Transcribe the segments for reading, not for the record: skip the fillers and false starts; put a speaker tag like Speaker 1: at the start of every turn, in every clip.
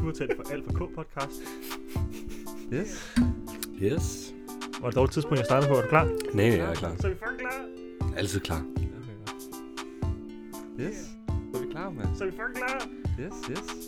Speaker 1: Du har tændt for Alt for K podcast.
Speaker 2: Yes.
Speaker 1: Og et dårligt tidspunkt, jeg startede på. Er du klar?
Speaker 2: Nej, jeg er klar.
Speaker 1: Så er vi fucking klar.
Speaker 2: Altid klar. Yes. Så er vi klar, mand.
Speaker 1: Så er vi fucking klar.
Speaker 2: Yes.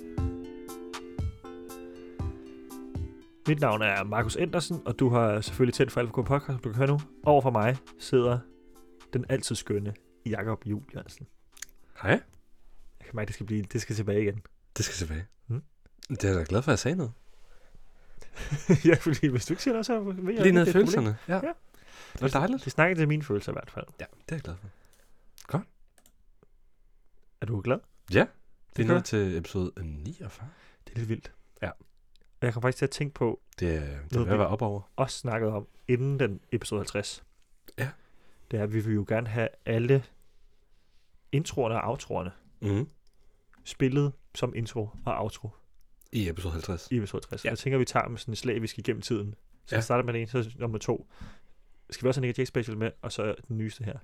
Speaker 1: Mit navn er Markus Andersen, og du har selvfølgelig tændt for Alt for K podcast, som du kan høre nu. Over for mig sidder den altid skønne Jakob Juhl Jørgensen.
Speaker 2: Hej.
Speaker 1: Jeg kan mærke, det skal tilbage igen.
Speaker 2: Det skal tilbage.
Speaker 1: Mm.
Speaker 2: Det er jeg da glad for, at jeg sagde noget.
Speaker 1: Ja, fordi hvis du ikke siger noget, så ved jeg
Speaker 2: lige ned
Speaker 1: det
Speaker 2: i
Speaker 1: er et
Speaker 2: følelserne. Ja.
Speaker 1: Ja.
Speaker 2: Det var dejligt.
Speaker 1: Det snakker til mine følelser i hvert fald.
Speaker 2: Ja, det er jeg glad for.
Speaker 1: Er du glad?
Speaker 2: Ja. Vi er
Speaker 1: kører.
Speaker 2: nået til episode 49.
Speaker 1: Det er lidt vildt.
Speaker 2: Ja.
Speaker 1: Og jeg kom faktisk til at tænke på,
Speaker 2: Det vil jeg være op over.
Speaker 1: også snakket om inden den episode 50.
Speaker 2: Ja.
Speaker 1: Det er, at vi vil jo gerne have alle introerne og outroerne
Speaker 2: Mm.
Speaker 1: spillet som intro og outro
Speaker 2: I episode 50.
Speaker 1: i episode 60.
Speaker 2: Ja.
Speaker 1: Jeg tænker, vi tager med sådan et slag, vi skal igennem tiden. Så
Speaker 2: Ja.
Speaker 1: vi starter med den ene, så nummer 2. Skal vi også have Nick Jake Special med, og så den nyeste her.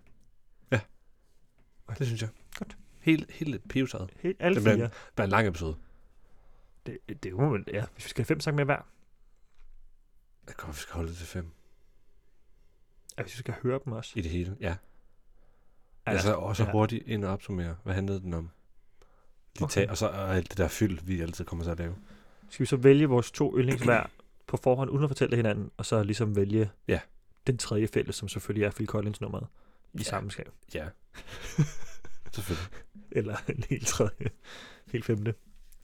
Speaker 2: Det synes jeg.
Speaker 1: Godt.
Speaker 2: Helt pivtaget.
Speaker 1: Alle
Speaker 2: Det bliver
Speaker 1: fire.
Speaker 2: Det bliver en lang episode.
Speaker 1: Det er jo, ja, hvis vi skal have 5 sange med hver.
Speaker 2: Jeg kommer, vi skal holde det til 5.
Speaker 1: Ja, hvis vi skal høre dem også.
Speaker 2: I det hele, ja. Altså også
Speaker 1: ja.
Speaker 2: hurtigt ind og opsummere. Hvad handlede den om?
Speaker 1: Okay.
Speaker 2: Og så alt det der fyld, vi altid kommer til at lave.
Speaker 1: Skal vi så vælge vores 2 yndlings hver på forhånd, uden at fortælle det hinanden, og så ligesom vælge den tredje fælles, som selvfølgelig er Phil Collins nummeret i samme skab.
Speaker 2: Ja. Selvfølgelig.
Speaker 1: Eller en helt tredje. Helt femte.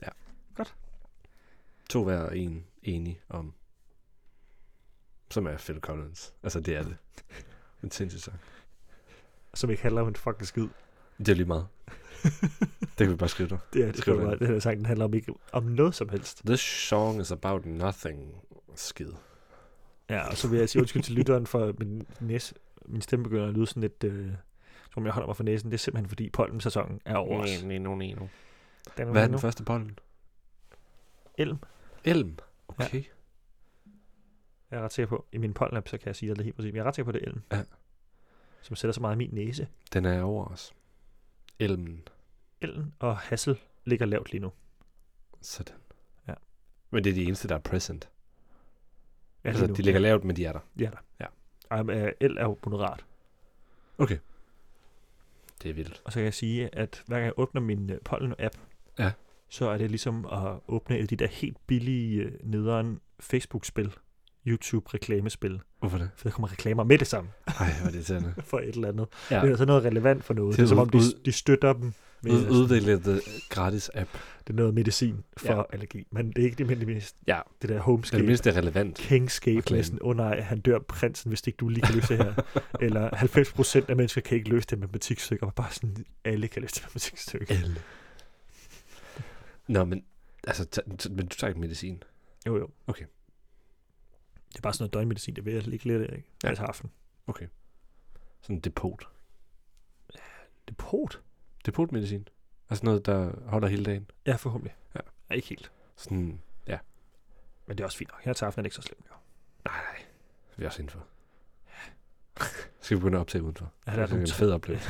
Speaker 2: 2 hver og en enig om, som er Phil Collins. Altså, det er det. En sindssyg sang.
Speaker 1: Som ikke handler om en fucking skid.
Speaker 2: Det er lige meget. Det kan vi bare skrive der.
Speaker 1: Det er det,
Speaker 2: Skriv
Speaker 1: bare,
Speaker 2: det.
Speaker 1: den her sang, den handler om ikke om noget som helst.
Speaker 2: This song is about nothing. Skid.
Speaker 1: Ja, og så vil jeg sige undskyld til lytteren for min stemme begynder at lyde sådan lidt, som jeg holder mig for næsen. Det er simpelthen fordi pollensæsonen er over os.
Speaker 2: Hvad er den første pollen?
Speaker 1: Elm.
Speaker 2: Elm. Okay.
Speaker 1: Jeg er ret sikker på, i min pollen-app, så kan jeg sige det helt præcis. Men jeg er ret sikker på, det er elm.
Speaker 2: Ja.
Speaker 1: Som sætter så meget i min næse.
Speaker 2: Den er over os. Elmen.
Speaker 1: Elm og hassel ligger lavt lige nu.
Speaker 2: Sådan.
Speaker 1: Ja.
Speaker 2: Men det er de eneste, der er present.
Speaker 1: Ja,
Speaker 2: Altså, de ligger lavt, men de er der.
Speaker 1: Ja, der.
Speaker 2: Ja.
Speaker 1: El er jo moderat.
Speaker 2: Okay. Det er vildt.
Speaker 1: Og så kan jeg sige, at hver gang jeg åbner min pollen-app,
Speaker 2: Ja.
Speaker 1: så er det ligesom at åbne alle de der helt billige nederen Facebook-spil, YouTube-reklamespil.
Speaker 2: Hvorfor det?
Speaker 1: For der kommer reklamer med det samme
Speaker 2: Ej, hvor er det irriterende.
Speaker 1: for et eller andet.
Speaker 2: Ja.
Speaker 1: Det er altså noget relevant for noget.
Speaker 2: Det
Speaker 1: Det
Speaker 2: er
Speaker 1: er som om,
Speaker 2: ud-
Speaker 1: de støtter dem med
Speaker 2: Uddele gratis app.
Speaker 1: det er noget medicin for
Speaker 2: Ja.
Speaker 1: allergi. Men det er ikke det mindste.
Speaker 2: Ja.
Speaker 1: Det der
Speaker 2: Det er
Speaker 1: homescape.
Speaker 2: det mindste relevant.
Speaker 1: Kingscape
Speaker 2: Reklame.
Speaker 1: næsten. Nej, han dør prinsen, hvis ikke du lige kan løse det her. Eller 90% af mennesker kan ikke løse det matematikstykker. Bare sådan, alle kan løse det matematikstykker.
Speaker 2: Elle. Nå, men altså, men du tager ikke medicin.
Speaker 1: Jo.
Speaker 2: Okay.
Speaker 1: Det er bare sådan noget døgnmedicin, det vil jeg ikke lidt af, ikke?
Speaker 2: Ja.
Speaker 1: Jeg tager aften.
Speaker 2: Okay. Sådan en depot.
Speaker 1: Depot?
Speaker 2: Depotmedicin. Altså noget, der holder hele dagen.
Speaker 1: Ja, forhåbentlig.
Speaker 2: Ja.
Speaker 1: Ja, ikke helt.
Speaker 2: Sådan, ja.
Speaker 1: Men det er også fint nok. Her tager aften er ikke så slemt, jo.
Speaker 2: Nej. Vi er også indenfor. Skal vi begynde at optage udenfor?
Speaker 1: Ja, det er
Speaker 2: en
Speaker 1: nogle
Speaker 2: fed oplevelse.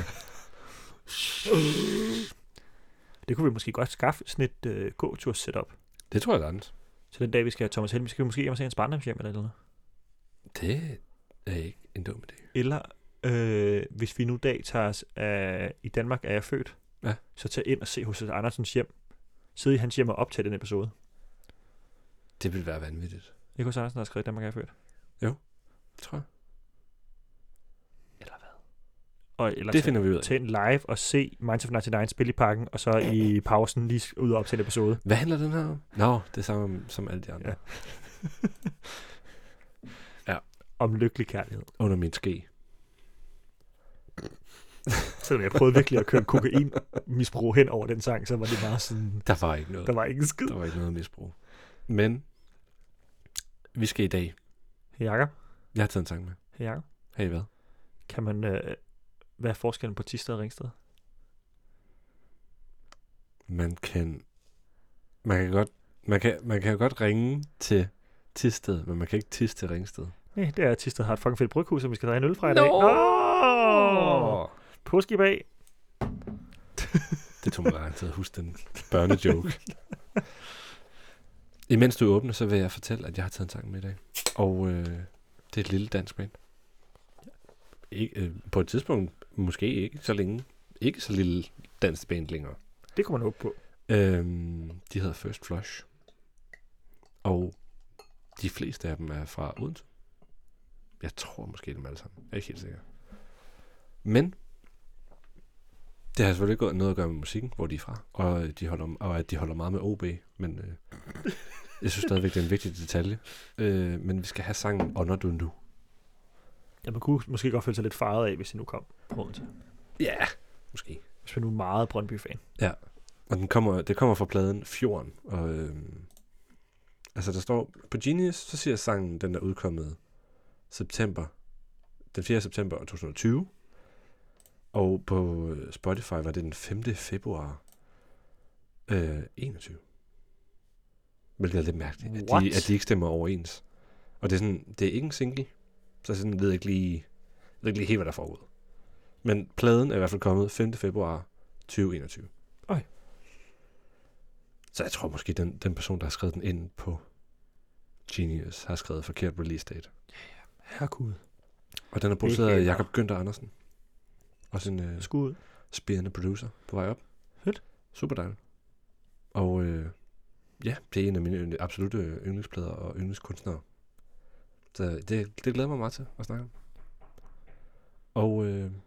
Speaker 1: Det kunne vi måske godt skaffe sådan et gåtur setup.
Speaker 2: Det tror jeg, der er andet.
Speaker 1: Så den dag, vi skal have Thomas Helm, skal vi måske hjem og se hans barndomshjem eller noget.
Speaker 2: Det er ikke en dum idé.
Speaker 1: Eller hvis vi nu dag tager os af, i Danmark er jeg født,
Speaker 2: Ja.
Speaker 1: så tag ind og se hos Andersens hjem. Sidde i hans hjem og optage den episode.
Speaker 2: Det vil være vanvittigt.
Speaker 1: Ikke hos Andersen, der har skrevet Danmark er jeg født.
Speaker 2: Det tror jeg.
Speaker 1: Eller hvad? Og, eller
Speaker 2: Det finder vi ud af.
Speaker 1: tage en live og se Minds of 99 spille i parken, og så i pausen lige ud og optage en episode.
Speaker 2: Hvad handler den her om? Nå, det er samme som alle de andre.
Speaker 1: Ja. Om lykkelig kærlighed.
Speaker 2: Under min ske.
Speaker 1: Selvom jeg prøvede virkelig at køre kokainmisbrug hen over den sang, så var det bare sådan,
Speaker 2: Der var ikke noget.
Speaker 1: der var ikke en skid.
Speaker 2: Der var ikke noget misbrug. Men vi skal i dag.
Speaker 1: Hey Jakob.
Speaker 2: Jeg har taget en sang med.
Speaker 1: Hey Jakob.
Speaker 2: Hey, hvad?
Speaker 1: Kan man, hvad er forskellen på Thisted og Ringsted?
Speaker 2: Man kan jo godt ringe til Thisted, men man kan ikke tisse til Ringsted.
Speaker 1: Nej, det er, at Thisted har et fucking fedt bryghus, som vi skal drikke en øl fra i dag. Nå! Påske bag.
Speaker 2: Det tog mig lang tid at huske den børnejoke. Imens du åbner, så vil jeg fortælle, at jeg har taget en sang med i dag. Og det er et lille dansk band. Ikke, på et tidspunkt, måske ikke så længe. Ikke så lille dansk band længere.
Speaker 1: Det kunne man håbe på.
Speaker 2: De hedder First Flush. Og de fleste af dem er fra Odense. Jeg tror måske dem alle sammen. Jeg er ikke helt sikker. Men det har selvfølgelig ikke noget at gøre med musikken, hvor de er fra. Og at de holder meget med OB. Men jeg synes stadigvæk, det er en vigtig detalje. Men vi skal have sangen Under Du Nu.
Speaker 1: Ja, man kunne måske godt føle sig lidt faret af, hvis I nu kom på Odense.
Speaker 2: Ja, måske.
Speaker 1: Hvis vi nu er meget Brøndby-fan.
Speaker 2: Ja, og det kommer fra pladen Fjorden. Og altså der står på Genius, så siger sangen, den er udkommet den 4. september 2020. Og på Spotify var det den 5. februar 21. Hvilket er lidt mærkeligt, at de ikke stemmer overens. Og det er sådan, det er ikke en single, så jeg sådan ved ikke lige helt, hvad der foregået. Men pladen er i hvert fald kommet 5. februar 2021.
Speaker 1: Okay.
Speaker 2: Så jeg tror måske, den person, der har skrevet den ind på Genius, har skrevet forkert release date.
Speaker 1: Herregud.
Speaker 2: Og den er produceret af Jakob Günther Andersen. Også en
Speaker 1: skud.
Speaker 2: spirende producer på vej op.
Speaker 1: Fedt.
Speaker 2: Super dejligt. Og ja, det er en af mine absolutte yndlingsplader og yndlingskunstnere. Så det glæder mig meget til at snakke om. Og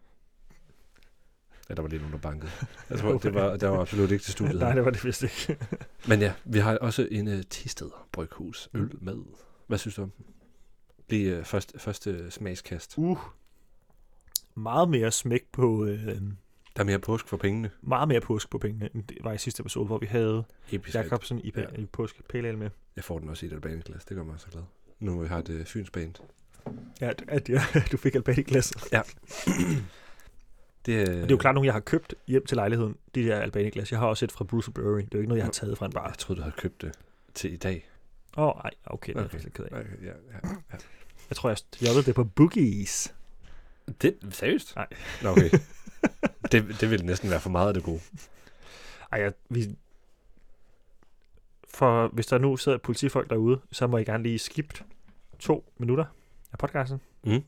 Speaker 2: ja, der var lige nogen, der bankede. Jeg tror, der var absolut ikke til studiet.
Speaker 1: Nej, det var det vist ikke.
Speaker 2: Men ja, vi har også en Thisted Bryghus øl med. Hvad synes du om den? Lige første smagskast.
Speaker 1: Meget mere smæk på...
Speaker 2: Der er mere påsk for pengene.
Speaker 1: Meget mere påsk på pengene, end det var i sidste episode, hvor vi havde Jacobsen i påske pale ale med. Jeg får den også i et albaniglas, det gør mig så glad. Nu har jeg et Fyns band. Ja, du fik albaniglas.
Speaker 2: Ja. Det er
Speaker 1: jo klart nogle, jeg har købt hjem til lejligheden, de der albaniglas. Jeg har også et fra Bruce Brewery. Det er jo ikke noget, jeg har taget fra en bar.
Speaker 2: Jeg troede, du havde købt det til i dag.
Speaker 1: Nej, okay, det er jeg faktisk lidt ked af.
Speaker 2: Okay, ja.
Speaker 1: Jeg tror, jeg stjålede det på Boogies.
Speaker 2: Det seriøst?
Speaker 1: Nej.
Speaker 2: Nå, okay. det ville næsten være for meget af det gode.
Speaker 1: For hvis der nu sidder politifolk derude, så må I gerne lige skippe 2 minutter af podcasten.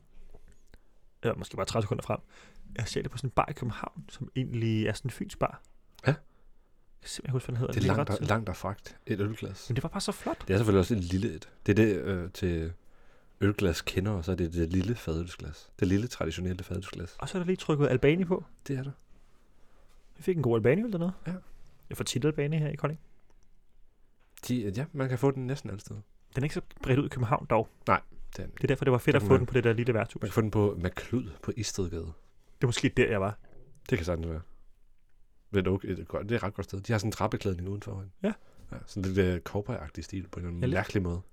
Speaker 1: Ja, måske bare 30 sekunder frem. Jeg ser det på sådan en bar i København, som egentlig er sådan en Fyns bar.
Speaker 2: Ja.
Speaker 1: Jeg kan simpelthen huske, hvad den
Speaker 2: Det
Speaker 1: hedder.
Speaker 2: er langt at fragt et ølglas.
Speaker 1: Men det var bare så flot.
Speaker 2: Det er selvfølgelig også et lille et. Det er det til ølglas kender, og så er det lille fadølsglas. Det lille traditionelle fadølsglas.
Speaker 1: Og så er der lige trykket Albani på.
Speaker 2: Det er der.
Speaker 1: Vi fik en god Albani-øl dernede.
Speaker 2: Ja.
Speaker 1: Jeg får tit Albani her i Kolding.
Speaker 2: Ja, man kan få den næsten alle steder.
Speaker 1: Den er ikke så bredt ud i København dog.
Speaker 2: Nej.
Speaker 1: Det er derfor, det var fedt at få den på det der lille værtshus.
Speaker 2: Man kan få den på McLud på Istedgade.
Speaker 1: Det er måske der, jeg var.
Speaker 2: Det kan sagtens være. Det er et ret godt sted. De har sådan en trappeklædning udenfor.
Speaker 1: Ja.
Speaker 2: Sådan lidt cowboy-agtig stil på en mærkelig måde.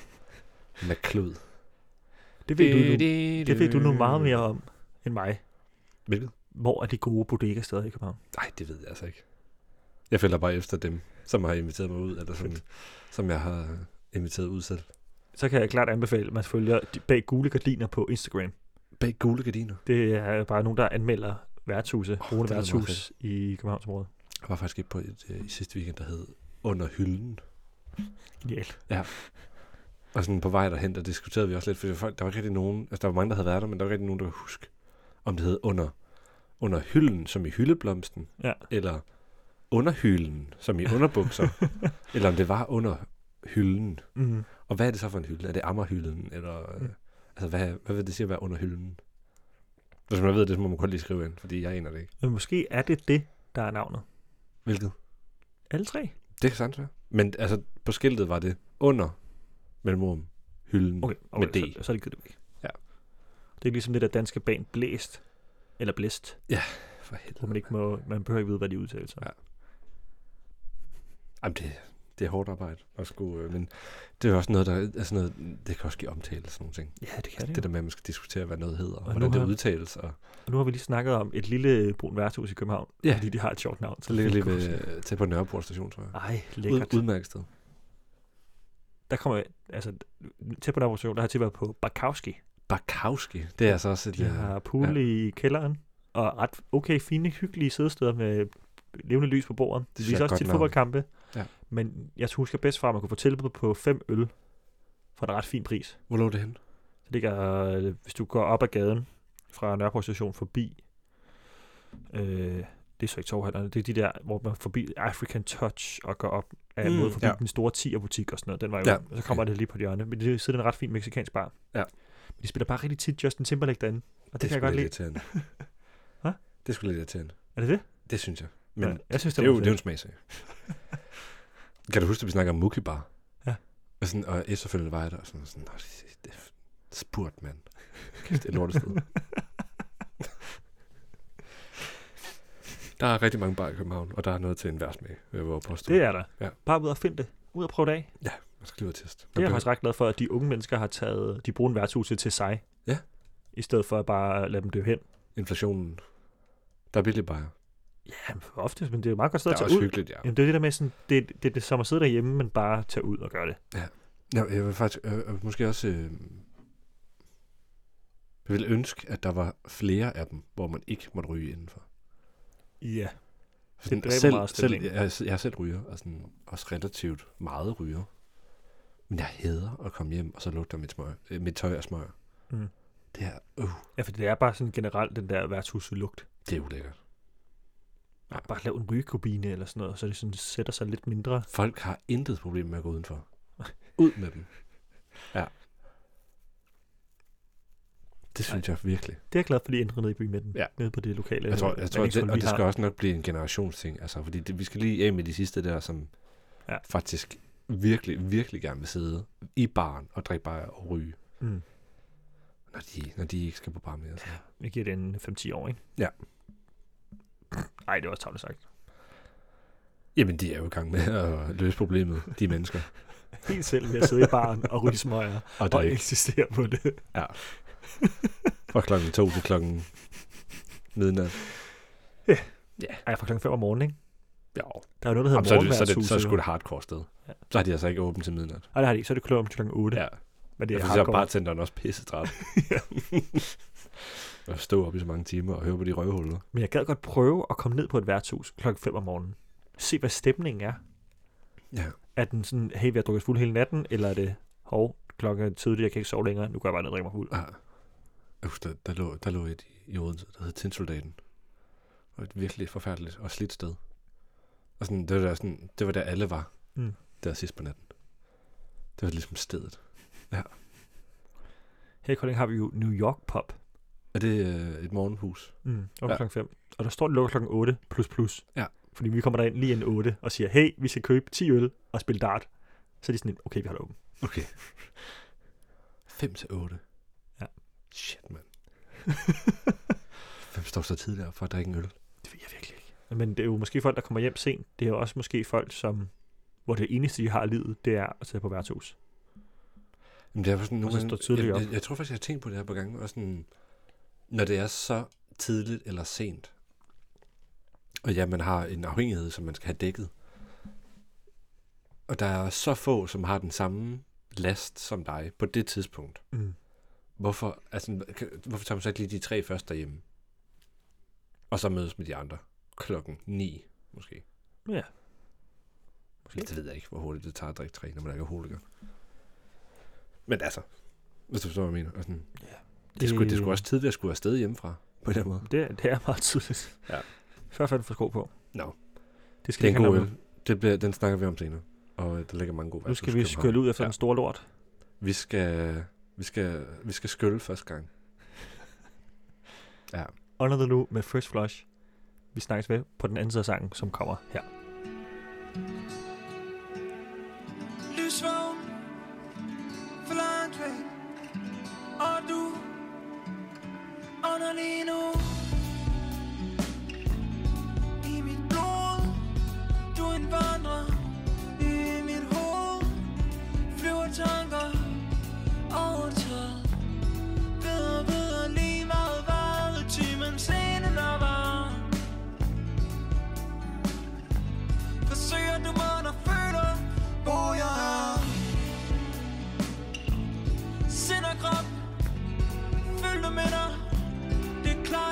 Speaker 2: McLud.
Speaker 1: Det ved du nu meget mere om end mig.
Speaker 2: Hvilket?
Speaker 1: Hvor er de gode bodega-steder i København?
Speaker 2: Nej, det ved jeg altså ikke. Jeg følger bare efter dem, som har inviteret mig ud, eller som jeg har inviteret ud selv. Så
Speaker 1: kan jeg klart anbefale, at man følger Bag Gule Gardiner på Instagram.
Speaker 2: Bag Gule Gardiner?
Speaker 1: Det er bare nogen, der anmelder værtshuse, brune værtshus i Københavnsområdet.
Speaker 2: Jeg var faktisk på et i sidste weekend, der hed Under Hylden.
Speaker 1: Genialt.
Speaker 2: Ja. Og sådan på vej derhen, der diskuterede vi også lidt, for der var ikke rigtig nogen, altså der var mange, der havde været der, men der var ikke rigtig nogen, der kunne huske, om det hed under hylden, som i hyldeblomsten, eller under hylden, som i underbukser, eller om det var under hylden.
Speaker 1: Mm.
Speaker 2: Og hvad er det så for en hylde? Er det ammerhylden, eller altså hvad vil det sige at være under hylden? Hvis man ved det, så må man godt lige skrive ind, fordi jeg aner det ikke.
Speaker 1: Men måske er det, der er navnet.
Speaker 2: Hvilket?
Speaker 1: Alle 3.
Speaker 2: Det kan sandt være. Men altså, på skiltet var det under mellemrum hylden med D.
Speaker 1: Så er det givet væk.
Speaker 2: Ja.
Speaker 1: Det er ligesom det der danske band Blæst. Eller Blæst.
Speaker 2: Ja, for helvede.
Speaker 1: Hvor man behøver ikke vide, hvad de udtaler sig.
Speaker 2: Ja. Jamen, det er hårdt arbejde at skulle, men det er også noget, der er sådan noget, det kan også give omtale sådan nogle ting.
Speaker 1: Ja, det kan det.
Speaker 2: Det der med, at man skal diskutere, hvad noget hedder, og hvordan det udtales. Og
Speaker 1: nu har vi lige snakket om et lille brun værtshus i København, fordi de har et sjovt navn.
Speaker 2: Så ligger lige til på Nørreport station, tror jeg.
Speaker 1: Ej, lækkert.
Speaker 2: Udmærket sted.
Speaker 1: Der kommer, altså, til på Nørreport station, der har til været på Bakowski.
Speaker 2: Bakowski? Det er altså også et...
Speaker 1: De har pool i kælderen, og ret okay, fine, hyggelige sædesteder med levende lys på bordet. Det viser også tit fodboldkampe. Ja. Men jeg husker bedst fra, at man kunne få tilbud på 5 øl for en ret fin pris.
Speaker 2: Hvor lå det henne?
Speaker 1: Det ligger, hvis du går op ad gaden fra Nørreport Station forbi, det er så ikke Torvhallerne, det er de der, hvor man forbi African Touch og går op af måde forbi den store 10'er-butik og sådan noget. Den var jo, og så kommer det lige på hjørnet. Men det sidder en ret fin mexicansk bar. Ja. Men de spiller bare rigtig tit Justin Timberlake derinde. Og det kan jeg godt lide. Hvad?
Speaker 2: Det skulle lidt irriterende.
Speaker 1: Er det det?
Speaker 2: Det synes jeg. Men ja,
Speaker 1: jeg synes,
Speaker 2: det er jo en smagsag. Kan du huske, at vi snakker om Mookie Bar?
Speaker 1: Ja.
Speaker 2: Og efterfølgende var jeg der, og sådan det er spurt, mand. Det er lortested. Der er rigtig mange bar i København, og der er noget til enhver smag, vil jeg våge påstå.
Speaker 1: Det er der. Ja. Bare ud og finde det. Ud og prøve det af.
Speaker 2: Ja, man skal lige ud og teste.
Speaker 1: Det er jeg faktisk ret glad for, at de unge mennesker har taget de brune værtshuset til sig.
Speaker 2: Ja.
Speaker 1: I stedet for at bare lade dem dø hen.
Speaker 2: Inflationen. Der er billigt bajer.
Speaker 1: Ja, ofte, men det er jo meget godt sted at tage ud.
Speaker 2: Det er også hyggeligt, ja.
Speaker 1: Jamen, det er det der med sådan, det er det som at sidde derhjemme, men bare tage ud og gøre det.
Speaker 2: Ja. Jeg vil faktisk måske også... jeg vil ønske, at der var flere af dem, hvor man ikke måtte ryge indenfor.
Speaker 1: Ja.
Speaker 2: Det dræber meget stemning. Jeg er selv ryger, og sådan, også relativt meget ryger. Men jeg hader at komme hjem, og så lugter mit tøj af smøger. Mm. Det er...
Speaker 1: Ja, for det er bare sådan generelt den der værtshuslugt.
Speaker 2: Det er ulækkert.
Speaker 1: Ja. Bare lave en rygekabine eller sådan noget, så det sådan sætter sig lidt mindre.
Speaker 2: Folk har intet problem med at gå udenfor. Ud med dem. Ja. Det synes jeg virkelig.
Speaker 1: Det er jeg glad for, de ændrer ned i bymidten. Ja. Nede på det lokale.
Speaker 2: Jeg tror det, og det skal også nok blive en generationsting. Altså, fordi vi skal lige af med de sidste der, som faktisk virkelig, virkelig gerne vil sidde i baren og drikke bajer og ryge. Mm. Når de ikke skal på bar mere.
Speaker 1: Ja, vi giver det en 5-10 år, ikke?
Speaker 2: Ja.
Speaker 1: Ej, det er også tavligt sagt.
Speaker 2: Jamen, de er jo i gang med at løse problemet, de mennesker.
Speaker 1: Helt selv ved at sidde i baren og ryge smøger og eksistere på det.
Speaker 2: Ja. Fra klokken 2 til klokken midnat.
Speaker 1: Ja. Ej, fra klokken 5 om morgenen, ikke?
Speaker 2: Ja.
Speaker 1: Der er jo noget, der hedder morgenværtshus.
Speaker 2: Så er det sgu det hardcore sted. Ja. Så har de altså ikke åbent til midnat.
Speaker 1: Nej, det har de ikke. Så er det klokken 8.
Speaker 2: Ja.
Speaker 1: Men det er
Speaker 2: hardcore. Så er bartenderen også pissetræt. Og stå op i så mange timer og høre på de røvhuller.
Speaker 1: Men jeg gad godt prøve at komme ned på et værtshus klokken 5 om morgenen. Se, hvad stemningen er.
Speaker 2: Ja.
Speaker 1: Er den sådan, hey, vi har drukket fuld hele natten, eller er det, klokken er tidligt, jeg kan ikke sove længere, nu går jeg bare ned og drikker mig fuld. Ja.
Speaker 2: Der lå et i Odense, der hed Tinsoldaten. Og et virkelig forfærdeligt og slidt sted. Og sådan, det var der alle var, der sidst på natten. Det var ligesom stedet. Ja.
Speaker 1: Her i Kolding har vi jo New York Pub.
Speaker 2: Er det et morgenhus?
Speaker 1: Klokken 5. Og der står, det lukker klokken 8 plus.
Speaker 2: Ja.
Speaker 1: Fordi vi kommer derind lige inden 8 og siger, hey, vi skal købe 10 øl og spille dart. Så er de sådan, okay, vi har det åbent.
Speaker 2: Okay. 5 til 8.
Speaker 1: Ja.
Speaker 2: Shit, mand. Hvem står så tidligere for at drikke en øl?
Speaker 1: Det ved jeg virkelig ikke. Men det er jo måske folk, der kommer hjem sent. Det er jo også måske folk, hvor det eneste, de har i livet, det er at sidde på værtshus.
Speaker 2: Men det er sådan, jeg tror faktisk, jeg har tænkt på det her på gangen. Og sådan, når det er så tidligt eller sent, og ja, man har en afhængighed, som man skal have dækket, og der er så få, som har den samme last som dig på det tidspunkt. Hvorfor tager man så ikke lige de 3 første derhjemme? Og så mødes med de andre klokken 9, måske.
Speaker 1: Ja.
Speaker 2: Måske. Det ved jeg ikke, hvor hurtigt det tager at drikke 3, når man er alkoholiker. Men altså, hvis du forstår, hvad jeg mener. Sådan, det er sgu også tidligt at skulle afsted hjemmefra, på den måde.
Speaker 1: Det er meget tydeligt.
Speaker 2: Ja.
Speaker 1: I hvert fald få sko på.
Speaker 2: No.
Speaker 1: Det er
Speaker 2: en god øl. Den snakker vi om senere. Og der ligger mange gode værtshus.
Speaker 1: Nu skal vi skylle ud efter den store lort.
Speaker 2: Vi skal skylle første gang. Ja.
Speaker 1: Under the Loo med First Flush. Vi snakkes ved på den anden side af sangen, som kommer her.
Speaker 3: Lysvågen for langt væk, og du under lige nu i mit blod. Du er en vandrer i mit hoved. Flyver tanker overtaget. Bedre lige meget hvad timen scenen er var. Forsøger du mig der føler hvor jeg er. Sind og krop følg dig med dig. Det er klart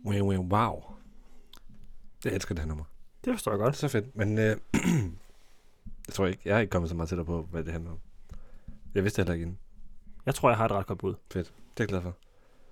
Speaker 2: Wow. Jeg elsker det her nummer.
Speaker 1: Det forstår jeg
Speaker 2: Det
Speaker 1: godt.
Speaker 2: er så fedt. Men jeg tror ikke, jeg er ikke kommet så meget tættere på, hvad det handler om. Jeg vidste heller ikke inden.
Speaker 1: Jeg tror, jeg har et ret godt bud.
Speaker 2: Det er jeg glad for.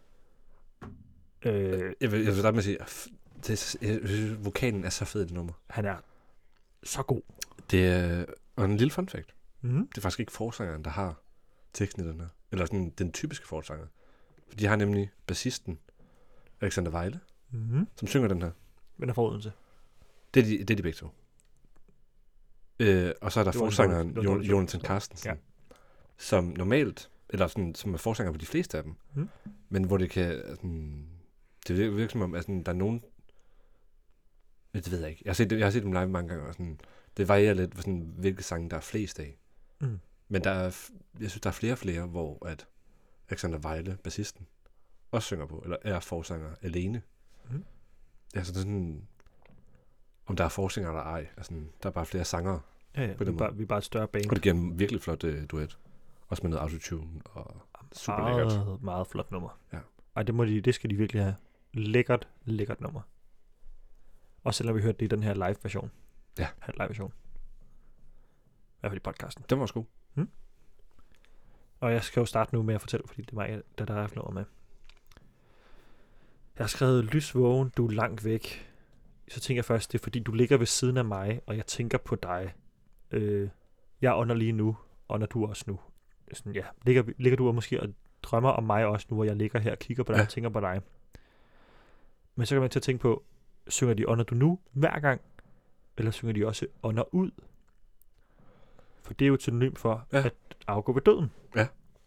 Speaker 1: Øh,
Speaker 2: Jeg vil starte med at sige, jeg synes, vokalen er så fed i det nummer.
Speaker 1: han er så god.
Speaker 2: Det er og en lille fun fact.
Speaker 1: Mm.
Speaker 2: Det er faktisk ikke forsangeren, der har teksten i den her. Eller sådan den typiske forsanger. For de har nemlig bassisten Alexander Vejle,
Speaker 1: Mm.
Speaker 2: som synger den her.
Speaker 1: Men er foruden til.
Speaker 2: Det er de begge to. Og så er der
Speaker 1: Det var en
Speaker 2: forsangeren
Speaker 1: dårlig- det var en dårlig
Speaker 2: Jonathan
Speaker 1: sang.
Speaker 2: Carstensen,
Speaker 1: Ja.
Speaker 2: som normalt, eller sådan, som er forsanger på de fleste af dem,
Speaker 1: Mm.
Speaker 2: men hvor det kan, sådan, det virker som om, at sådan, der er nogen, det ved jeg ikke, jeg har set dem live mange gange, og sådan, det varierer lidt, sådan, hvilke sange der er flest af.
Speaker 1: Mm.
Speaker 2: Men jeg synes, der er flere og flere, hvor at Alexander Vejle, bassisten, også synger på, eller er forsanger alene.
Speaker 1: Mm.
Speaker 2: Altså sådan, om der er forsanger eller ej, altså, der er bare flere sangere.
Speaker 1: Ja,
Speaker 2: På den måde.
Speaker 1: vi er bare et større band.
Speaker 2: Og det giver en virkelig flot duet. Også med noget autotune og super lækkert.
Speaker 1: Meget, meget flot nummer.
Speaker 2: Ja.
Speaker 1: Ej, det skal de virkelig have. Lækkert nummer. Også selvom vi hørte det i den her live-version.
Speaker 2: Ja.
Speaker 1: Live-version. I hvert fald i podcasten.
Speaker 2: Den var også god.
Speaker 1: Og jeg skal jo starte nu med at fortælle, fordi det er mig, der er noget med. Jeg har skrevet lysvågen, du er langt væk. Så tænker jeg først, det er fordi, du ligger ved siden af mig, og jeg tænker på dig. Jeg ånder lige nu, ånder du også nu. Sådan, ja, ligger du måske og drømmer om mig også nu, hvor jeg ligger her og kigger på dig og tænker på dig. Men så kan man til at tænke på, synger de ånder du nu hver gang, eller synger de også ånder ud? For det er jo et synonym for at afgå ved døden.
Speaker 2: Ja.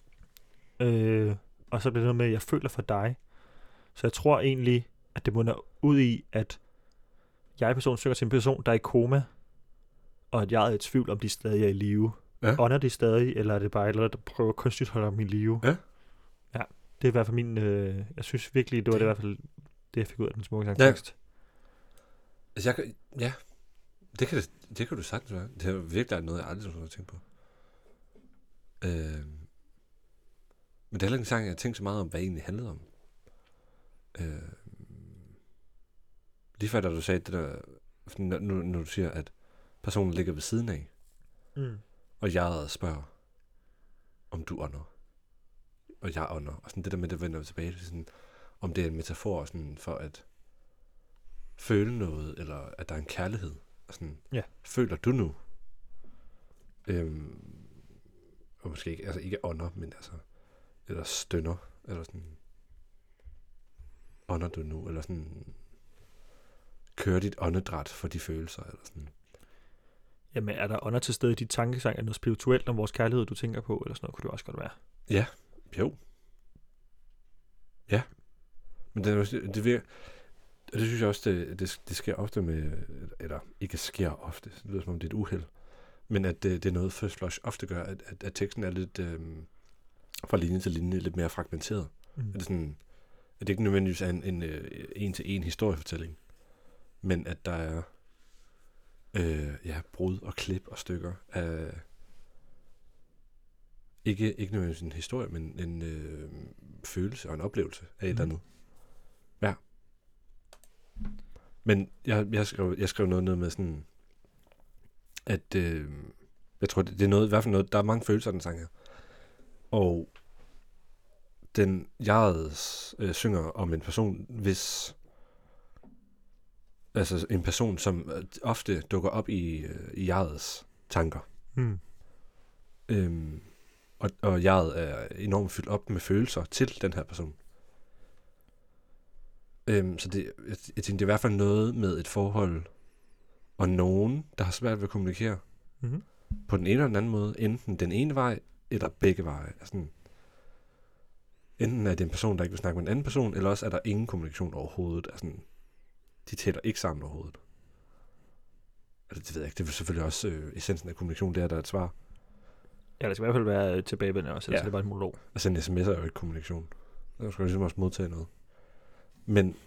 Speaker 1: Og så bliver det noget med, at jeg føler for dig. Så jeg tror egentlig, at det munder ud i, at jeg-person synger til en person, der er i koma, og at jeg er i tvivl, om de stadig er i live.
Speaker 2: Ja.
Speaker 1: Ånder de stadig, eller er det bare et eller andet, der prøver kunstigt at holde om i live?
Speaker 2: Ja.
Speaker 1: Ja, det er i hvert fald min... jeg synes virkelig, det var det i hvert fald det, jeg fik ud af den smukke
Speaker 2: Ja.
Speaker 1: sangtekst.
Speaker 2: Altså, det kan du sagtens være. Det er virkelig noget, jeg aldrig har tænkt på. Men det er heller ikke en sang, jeg har tænkt så meget om, hvad det egentlig handlede om. Lige før, da du sagde det der, når du siger, at personen ligger ved siden af, og jeg spørger, om du ånder. Og jeg ånder. Og sådan det der med, det vender tilbage til sådan, om det er en metafor sådan, for at føle noget, eller at der er en kærlighed. Og sådan,
Speaker 1: ja.
Speaker 2: Føler du nu? Og måske ikke, altså ikke ånder, men altså, eller stønner, eller sådan, ånder du nu, eller sådan, kører dit åndedræt for de følelser, eller sådan.
Speaker 1: Jamen, er der ånder til stede i dit tankesang? Er noget spirituelt om vores kærlighed, du tænker på? Eller sådan noget, kunne det også godt være.
Speaker 2: Ja, jo. Ja. Men det virker, og det synes jeg også, det sker ofte med, eller ikke sker ofte, det lyder som om det er et uheld, men at det er noget, First Flush ofte gør, at teksten er lidt, fra linje til linje, lidt mere fragmenteret. At det sådan, at det ikke nødvendigvis er en til en historiefortælling, men at der er brud og klip og stykker af ikke nødvendigvis en historie, men en følelse og en oplevelse af et eller andet. Ja. Men jeg skrev noget ned med sådan, at jeg tror, det er noget, i hvert fald noget, der er mange følelser af den sang her. Og den synger om en person, hvis altså en person, som ofte dukker op i Jardets tanker. Og Jardet er enormt fyldt op med følelser til den her person. Så jeg tænkte, det er i hvert fald noget med et forhold og nogen, der har svært ved at kommunikere på den ene eller den anden måde, enten den ene vej eller begge veje. Altså, enten er det en person, der ikke vil snakke med en anden person, eller også er der ingen kommunikation overhovedet. Altså, de taler ikke sammen overhovedet. Altså, det ved jeg ikke. Det er selvfølgelig også essensen af kommunikation, det er der et svar.
Speaker 1: Ja, det skal i hvert fald være tilbagevendende også, ellers er det bare et monolog.
Speaker 2: Altså en sms er jo ikke kommunikation. Der skal jo ligesom også modtage noget. Men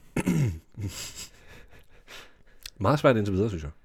Speaker 2: meget svært indtil videre, synes jeg.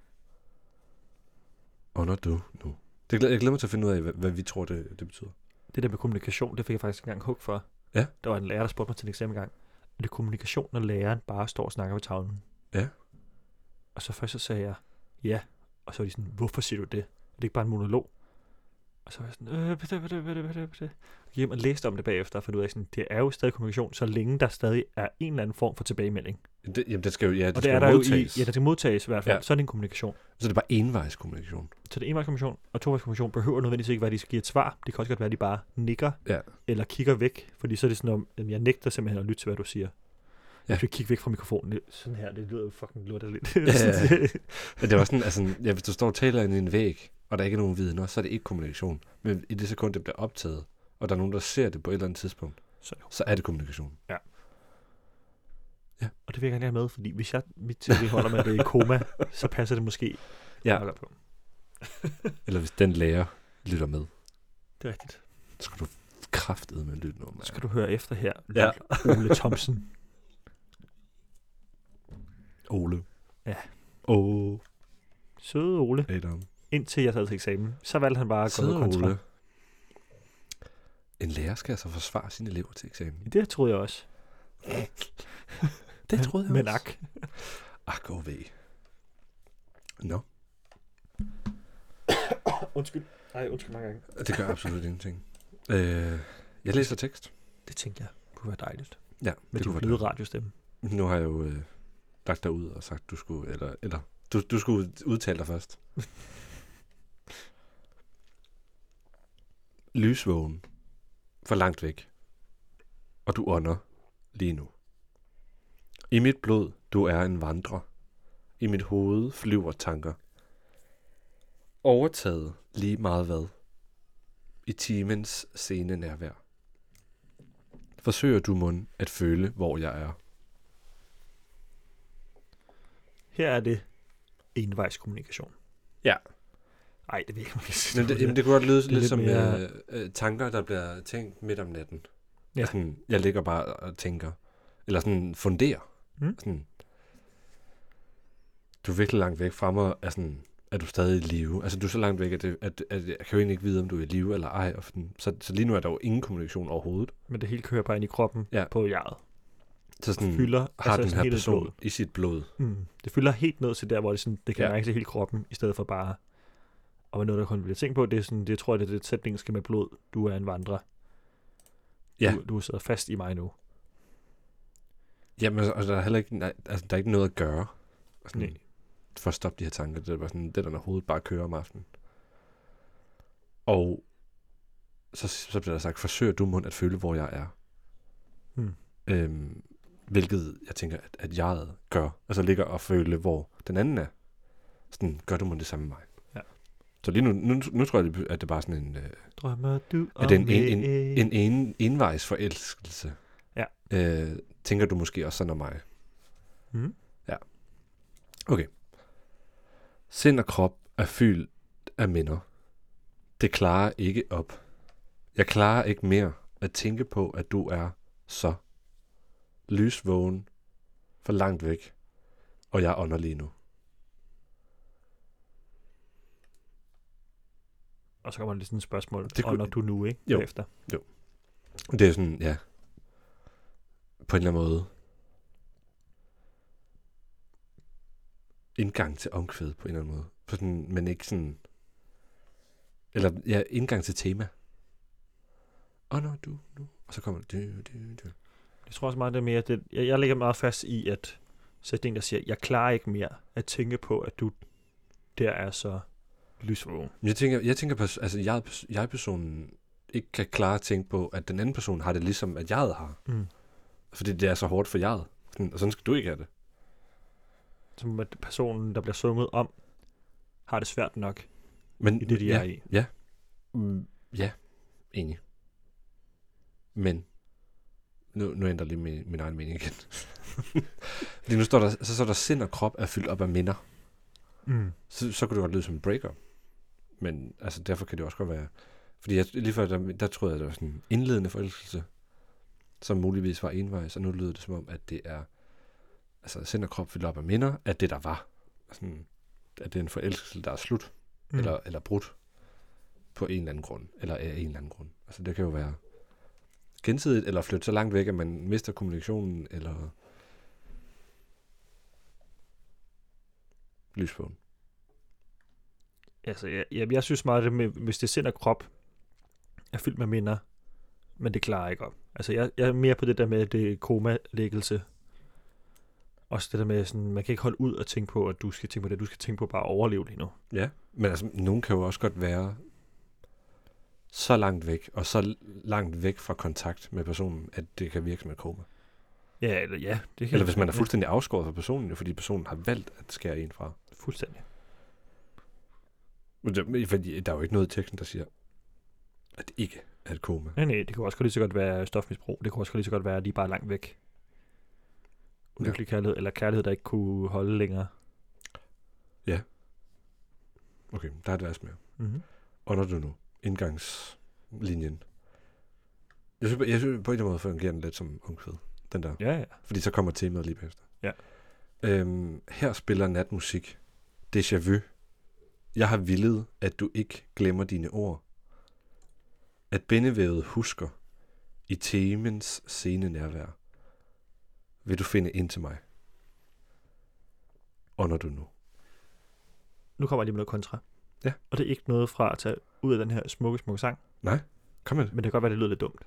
Speaker 2: Ånder du nu? Jeg glæder mig til at finde ud af, hvad vi tror, det betyder.
Speaker 1: Det der med kommunikation, det fik jeg faktisk engang hug for.
Speaker 2: Ja.
Speaker 1: Der var en lærer, der spurgte mig til en eksamen engang. det er kommunikation, når læreren bare står og snakker ved tavlen.
Speaker 2: Ja.
Speaker 1: Og så først så sagde jeg, ja. Og så var de sådan, hvorfor siger du det? Det er ikke bare en monolog. Og så var jeg sådan, hjem og læste om det bagefter, for du er sådan, det er jo stadig kommunikation, så længe der stadig er en eller anden form for tilbagemelding.
Speaker 2: Jamen, det skal jo, ja, det
Speaker 1: og
Speaker 2: skal
Speaker 1: det er
Speaker 2: jo
Speaker 1: der
Speaker 2: modtages.
Speaker 1: jo i, ja, der skal modtages i hvert fald,
Speaker 2: Ja.
Speaker 1: så er det en kommunikation.
Speaker 2: Så det er bare envejskommunikation.
Speaker 1: Så det er envejskommunikation, og tovejskommunikation behøver nødvendigvis ikke være, at de skal give et svar. Det kan også godt være, at de bare nikker, eller kigger væk, fordi så er det sådan, at jeg nægter simpelthen at lytte til, hvad du siger. Jeg skal kigge væk fra mikrofonen. Sådan her, det lyder jo fucking lorteligt.
Speaker 2: Men det var sådan, altså, hvis du står og taler ind i en væg, og der ikke er nogen vidner, så er det ikke kommunikation. Men i det sekund, det bliver optaget, og der er nogen, der ser det på et eller andet tidspunkt, så er det kommunikation.
Speaker 1: Ja. Og det vil jeg gerne have med, fordi hvis mit teori holder med, at det er i koma, så passer det måske på.
Speaker 2: Eller hvis den lærer lytter med.
Speaker 1: Det er rigtigt.
Speaker 2: Så skal du kraftedeme lytte noget.
Speaker 1: Så skal du høre efter her.
Speaker 2: Ja.
Speaker 1: Ole Thomsen.
Speaker 2: Ole.
Speaker 1: Ja.
Speaker 2: Søde
Speaker 1: Ole.
Speaker 2: Adam.
Speaker 1: Indtil jeg sad til eksamen, så valgte han bare at gå med kontra.
Speaker 2: Ole. En lærer skal altså forsvare sine elever til eksamen.
Speaker 1: Det troede jeg også.
Speaker 2: Det troede jeg
Speaker 1: Men
Speaker 2: også.
Speaker 1: ak.
Speaker 2: Gå ved. Nå.
Speaker 1: Undskyld. Nej, undskyld mange gange.
Speaker 2: Det gør absolut ingenting. Jeg læser tekst.
Speaker 1: Det tænkte jeg kunne være dejligt.
Speaker 2: Ja,
Speaker 1: med din bløde radiostemme.
Speaker 2: Nu har jeg jo lagt dig ud og sagt, du skulle, eller du skulle udtale dig først. Lysvågen. For langt væk. Og du ånder lige nu. I mit blod, du er en vandrer. I mit hoved flyver tanker. Overtaget lige meget hvad. I timens sene nærvær. Forsøger du mund at føle, hvor jeg er.
Speaker 1: Her er det envejskommunikation.
Speaker 2: Ja.
Speaker 1: Nej, det ved jeg
Speaker 2: ikke. Men det kunne godt lyde lidt som tanker, der bliver tænkt midt om natten. Ja. Sådan, jeg ligger bare og tænker. Eller sådan funderer. Sådan, du er virkelig langt væk fra mig. Er du stadig i live? Altså, du er så langt væk, at jeg kan jo egentlig ikke vide, om du er i live eller ej. Så lige nu er der jo ingen kommunikation overhovedet.
Speaker 1: Men det hele kører bare ind i kroppen på hjertet.
Speaker 2: Så sådan,
Speaker 1: fylder,
Speaker 2: har den her person i sit blod.
Speaker 1: Det fylder helt ned til der, hvor det kan mærke til hele kroppen, i stedet for bare at være noget, der kun bliver tænkt på. Det er sådan, det tror jeg, det sætningen skal med blod. Du er en vandrer.
Speaker 2: Ja.
Speaker 1: Du sidder fast i mig nu.
Speaker 2: Jamen, og der er heller ikke, der er ikke noget at gøre. Sådan, for at stoppe de her tanker. Det er bare sådan, det der når hovedet bare kører om aftenen. Og så bliver der sagt, forsøger du mund at føle, hvor jeg er. Hvilket jeg tænker, at jeg gør. Altså ligger og føle, hvor den anden er. Sådan, gør du mund det samme med mig.
Speaker 1: Ja.
Speaker 2: Så lige nu tror jeg, at det er bare sådan en...
Speaker 1: Drømmer du
Speaker 2: om en envejs forelskelse.
Speaker 1: Ja.
Speaker 2: Tænker du måske også sådan om mig. Ja. Okay. Sind og krop er fyldt af minder. Det klarer ikke op. Jeg klarer ikke mere at tænke på, at du er så lysvågen for langt væk, og jeg ånder lige nu.
Speaker 1: Og så kommer der lige sådan et spørgsmål. Ånder du nu, ikke?
Speaker 2: Jo.
Speaker 1: Efter.
Speaker 2: Jo. Det er sådan, ja. På en eller anden måde. Indgang til omkvæd på en eller anden måde. På sådan, men ikke sådan... Eller, ja, indgang til tema. Ånder du nu. Og så kommer det.
Speaker 1: Jeg tror også meget, det er mere... Jeg ligger meget fast i, at sætningen, der siger, jeg klarer ikke mere at tænke på, at du der er så lysvågen.
Speaker 2: Jeg tænker på, altså jeg-personen ikke kan klare at tænke på, at den anden person har det ligesom, at jeget har. Fordi det er så hårdt for jeget. Og sådan skal du ikke have det.
Speaker 1: Som at personen, der bliver sunget om, har det svært nok
Speaker 2: men,
Speaker 1: i det, de er i.
Speaker 2: Ja. Ja, enig. Men nu ændrer lige min egen mening igen. Fordi nu står der sind og krop er fyldt op af minder. Så kunne det godt lyde som en breakup. Men altså, derfor kan det også godt være... Fordi lige før, der troede jeg, det var sådan en indledende forelskelse, som muligvis var envejs, og nu lyder det som om, at det er altså sind og krop fyldt op af minder, at det der var. Sådan, at det er en forelskelse, der er slut, eller brudt på en eller anden grund, eller af en eller anden grund. Altså det kan jo være gensidigt, eller flytte så langt væk, at man mister kommunikationen, eller lysbogen.
Speaker 1: Altså, jeg synes meget, det med, hvis det sind og krop er fyldt med minder, men det klarer jeg ikke op. Altså, jeg er mere på det der med det koma-læggelse. Også det der med, sådan, man kan ikke holde ud og tænke på, at du skal tænke på det. Du skal tænke på bare at overleve lige nu.
Speaker 2: Ja, men altså, nogen kan jo også godt være så langt væk, og så langt væk fra kontakt med personen, at det kan virke som et koma.
Speaker 1: Ja, det kan
Speaker 2: Eller hvis man er fuldstændig afskåret fra personen, jo, fordi personen har valgt at skære en fra.
Speaker 1: Fuldstændig.
Speaker 2: Fordi der er jo ikke noget i teksten, der siger, at det ikke er et koma.
Speaker 1: Nej, det kunne også lige så godt være stofmisbrug. Det kunne også lige så godt være, at de er bare langt væk. Ulykkelig kærlighed, eller kærlighed, der ikke kunne holde længere.
Speaker 2: Ja. Okay, der er et vers mere.
Speaker 1: Mm-hmm.
Speaker 2: Under du nu indgangslinjen. Jeg synes på en eller anden måde fungerer den lidt som ungfed, den der.
Speaker 1: Ja.
Speaker 2: Fordi så kommer temaet lige bagefter.
Speaker 1: Ja.
Speaker 2: Her spiller natmusik. Déjà vu. Jeg har villet, at du ikke glemmer dine ord. At bindevævet husker i temens sene nærvær. Vil du finde ind til mig? Under du nu.
Speaker 1: Nu kommer jeg lige med noget kontra.
Speaker 2: Ja.
Speaker 1: Og det er ikke noget fra at tage ud af den her smukke sang.
Speaker 2: Nej, kom med det.
Speaker 1: Men det kan godt være, det lyder lidt dumt.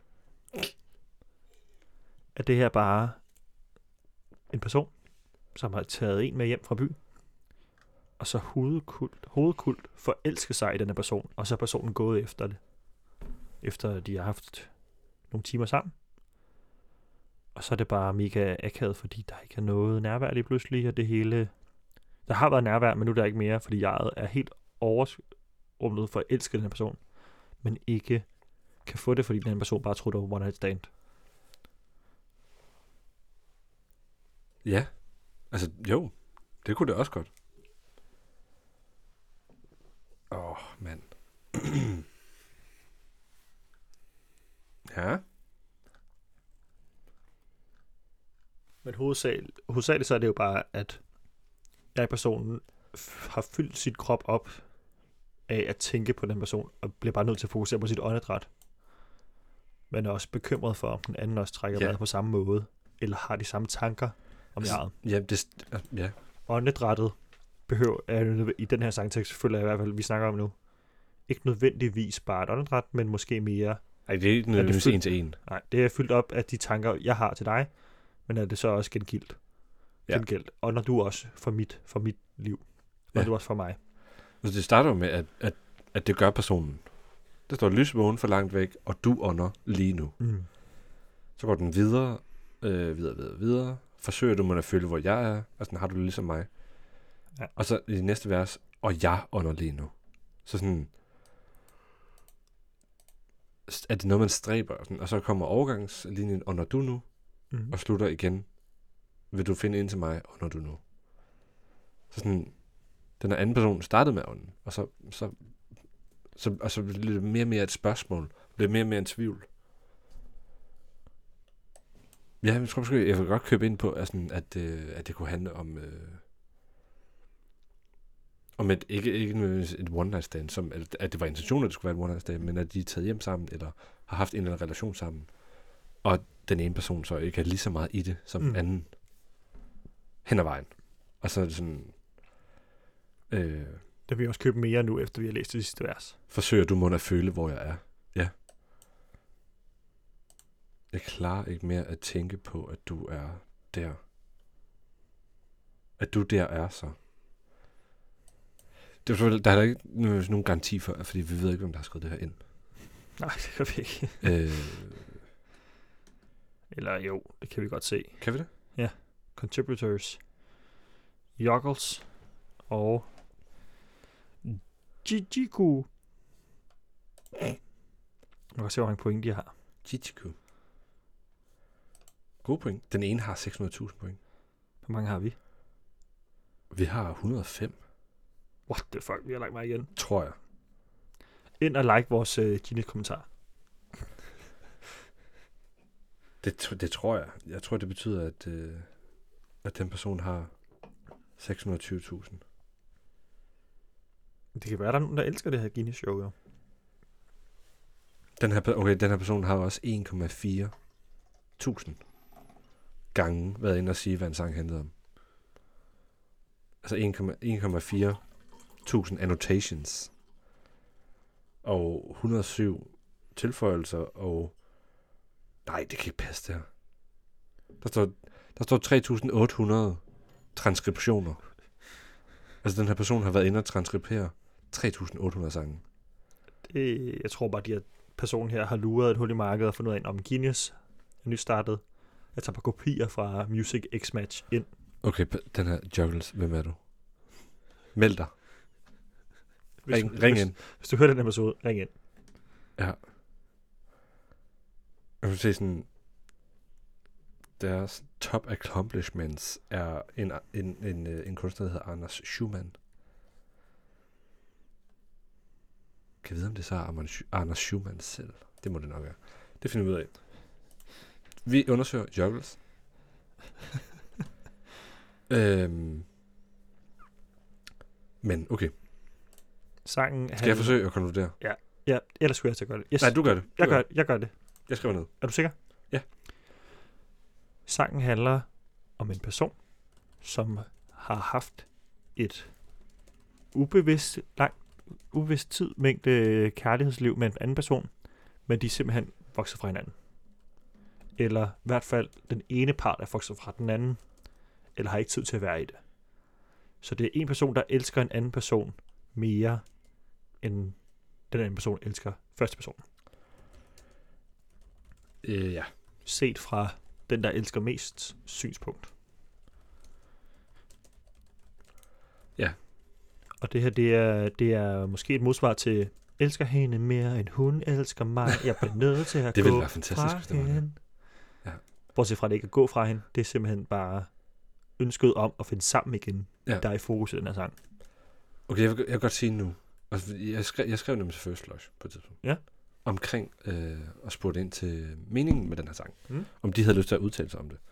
Speaker 1: At det her bare en person, som har taget en med hjem fra byen, og så hovedkult forelsker sig i denne person, og så er personen gået efter det. Efter de har haft nogle timer sammen. Og så er det bare mega akavet, fordi der ikke er noget nærvær lige pludselig, og det hele... Der har været nærvær, men nu er der ikke mere, fordi jeg er helt overrumlet for at elske den her person, men ikke kan få det, fordi den her person bare tror, det var one night stand.
Speaker 2: Ja, altså jo, det kunne det også godt. Mand. Ja.
Speaker 1: Men hovedsageligt så er det jo bare, at jeg-personen har fyldt sit krop op af at tænke på den person, og bliver bare nødt til at fokusere på sit åndedræt. Men er også bekymret for, om den anden også trækker vejret på samme måde, eller har de samme tanker om jeget.
Speaker 2: Ja.
Speaker 1: Åndedrættet i den her sangtekst, føler jeg i hvert fald, vi snakker om nu, ikke nødvendigvis bare et åndedræt, men måske mere...
Speaker 2: Nej, det er ikke nødvendigvis en til en.
Speaker 1: Nej, det er fyldt op af de tanker, jeg har til dig, men er det så også gengældt.
Speaker 2: Ja.
Speaker 1: Og når du også for mit liv. Og du også for mig.
Speaker 2: Så det starter jo med, at det gør personen. Der står lysvågen for langt væk, og du ånder lige nu.
Speaker 1: Mm.
Speaker 2: Så går den videre. Forsøger du at føle, hvor jeg er, og sådan har du det ligesom mig.
Speaker 1: Ja.
Speaker 2: Og så i det næste vers, og jeg ånder lige nu. Så sådan, er det noget, man stræber, sådan, og så kommer overgangslinjen, ånder du nu, og slutter igen. Vil du finde ind til mig, ånder du nu. Så sådan, den anden person startede med ånden, og så bliver det mere og mere et spørgsmål, bliver mere og mere en tvivl. Ja, jeg tror måske, jeg vil godt købe ind på, at det kunne handle om ikke et one night stand, som at det var intentionen, at det skulle være et one night stand, men at de er taget hjem sammen, eller har haft en eller anden relation sammen, og den ene person så ikke er lige så meget i det, som den anden hen ad vejen. Og så er det sådan...
Speaker 1: det vil jeg også købe mere nu, efter vi har læst det sidste vers.
Speaker 2: Forsøger du må at føle, hvor jeg er. Ja. Jeg klarer ikke mere at tænke på, at du er der. At du der er så. Der er der ikke nogen garanti for, fordi vi ved ikke, hvem der har skrevet det her ind.
Speaker 1: Nej, det kan vi ikke. Eller jo, det kan vi godt se.
Speaker 2: Kan vi det?
Speaker 1: Ja. Contributors. Joggles. Og Jijiku. Man kan se, hvor mange point de har.
Speaker 2: Jijiku. Gode point. Den ene har 600.000 point.
Speaker 1: Hvor mange har vi?
Speaker 2: Vi har 105.
Speaker 1: What the fuck, vi har lagt mig igen.
Speaker 2: Tror jeg.
Speaker 1: Ind og like vores Genius-kommentar.
Speaker 2: Det tror jeg. Jeg tror, det betyder, at den person har 620.000.
Speaker 1: Det kan være, der er nogen, der elsker det her Genius-show, jo.
Speaker 2: Den her person har også 1,4 gange været inde og sige, hvad en sang handlede om. Altså 1,4 annotations. Og 107 tilføjelser, og... Nej, det kan ikke passe, det her. Der står 3.800 transkriptioner. Altså, den her person har været inde og transkribere 3.800 sange.
Speaker 1: Jeg tror bare, at de her personen her har luret et hul i markedet og fundet ud af, om Genius er nystartet. Jeg tager på kopier fra Music X-Match ind.
Speaker 2: Okay, den her Juggles, hvem er du? Meld dig. Ring ind.
Speaker 1: Hvis du hører den episode, ring ind.
Speaker 2: Ja. Jeg vil se sådan... Deres top accomplishments er en kunstner, der hedder Anders Schumann. Kan jeg vide, om det så er Anders Schumann selv? Det må det nok være. Det finder vi ud af. Vi undersøger Juggles. Men okay.
Speaker 1: Sangen
Speaker 2: Skal jeg forsøge at konkludere?
Speaker 1: Ja, ellers skulle jeg til at gøre det. Yes.
Speaker 2: Nej, du gør det.
Speaker 1: Jeg gør det.
Speaker 2: Jeg skriver ned.
Speaker 1: Er du sikker?
Speaker 2: Ja.
Speaker 1: Sangen handler om en person, som har haft et ubevidst mængde kærlighedsliv med en anden person, men de er simpelthen vokset fra hinanden. Eller i hvert fald den ene part er vokset fra den anden, eller har ikke tid til at være i det. Så det er en person, der elsker en anden person mere, end den anden person elsker første person.
Speaker 2: Ja.
Speaker 1: Set fra den, der elsker mest synspunkt.
Speaker 2: Ja.
Speaker 1: Og det her, det er måske et modsvar til, elsker hende mere, end hun elsker mig. Jeg bliver nødt til at
Speaker 2: det
Speaker 1: gå
Speaker 2: ville være fantastisk, hvis det var
Speaker 1: hende.
Speaker 2: Ja.
Speaker 1: Bortset fra, at det ikke at gå fra hende, det er simpelthen bare ønsket om at finde sammen igen,
Speaker 2: Ja.
Speaker 1: der er i fokus i den her sang.
Speaker 2: Okay, jeg vil godt sige nu. Jeg skrev nemlig til First Flush på et tidspunkt.
Speaker 1: Ja.
Speaker 2: Omkring og spurgte ind til meningen med den her sang.
Speaker 1: Mm.
Speaker 2: Om de havde lyst til at udtale sig om det.